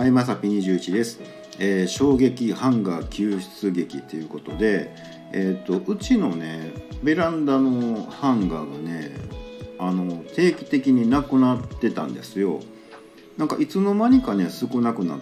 はい、まさぴ21です。衝撃ハンガー救出劇ということで、うちのねベランダのハンガーがね定期的になくなってたんですよ。なんかいつの間にかね少なくなって、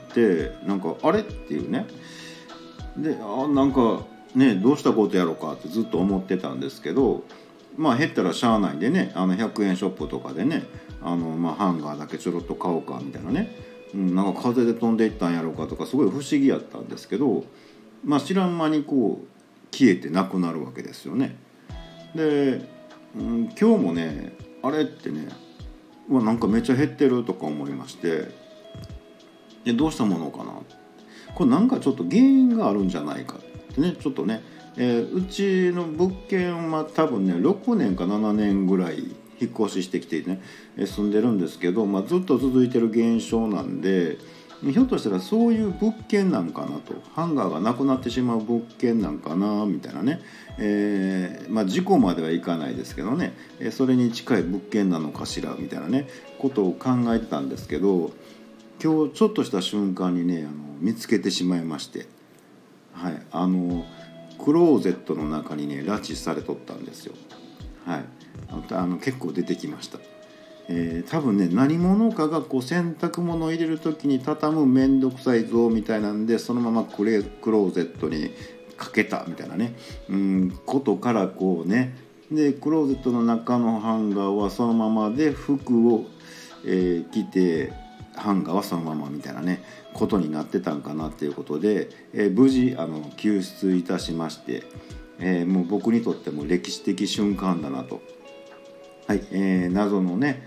なんかあれっていうね。でなんかねどうしたことやろうかってずっと思ってたんですけど、まあ減ったらしゃあないでね、100円ショップとかでねハンガーだけちょろっと買おうかみたいなね、なんか風で飛んでいったんやろうかとかすごい不思議やったんですけど、知らん間にこう消えてなくなるわけですよね。で、今日もねあれってねなんかめっちゃ減ってるとか思いまして、どうしたものかな、これなんかちょっと原因があるんじゃないかってねちょっとね、うちの物件は多分ね6年か7年ぐらい引っ越ししてきてね住んでるんですけど、ずっと続いてる現象なんで、ひょっとしたらそういう物件なんかなと、ハンガーがなくなってしまう物件なんかなみたいなね、事故まではいかないですけどね、それに近い物件なのかしらみたいなねことを考えてたんですけど、今日ちょっとした瞬間にね見つけてしまいまして、はい、クローゼットの中にね拉致されとったんですよ。はい、結構出てきました。多分ね何者かがこう洗濯物を入れる時に畳むめんどくさいぞみたいなんで、そのままクローゼットにかけたみたいなねことからこうね、でクローゼットの中のハンガーはそのままで服を、着てハンガーはそのままみたいなねことになってたんかなっていうことで、無事救出いたしまして、もう僕にとっても歴史的瞬間だなと。はい、謎のね、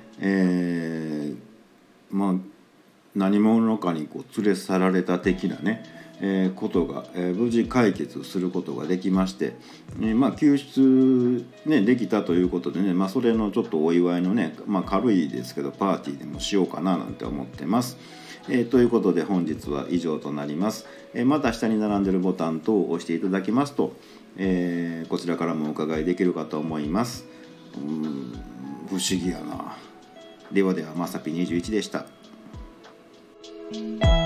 何者かにこう連れ去られた的なね、ことが、無事解決することができまして、救出、ね、できたということでね、それのちょっとお祝いのね、軽いですけどパーティーでもしようかななんて思ってます。ということで本日は以上となります。また下に並んでるボタン等を押していただきますと、こちらからもお伺いできるかと思います。不思議やな。ではではまさぴ21でした。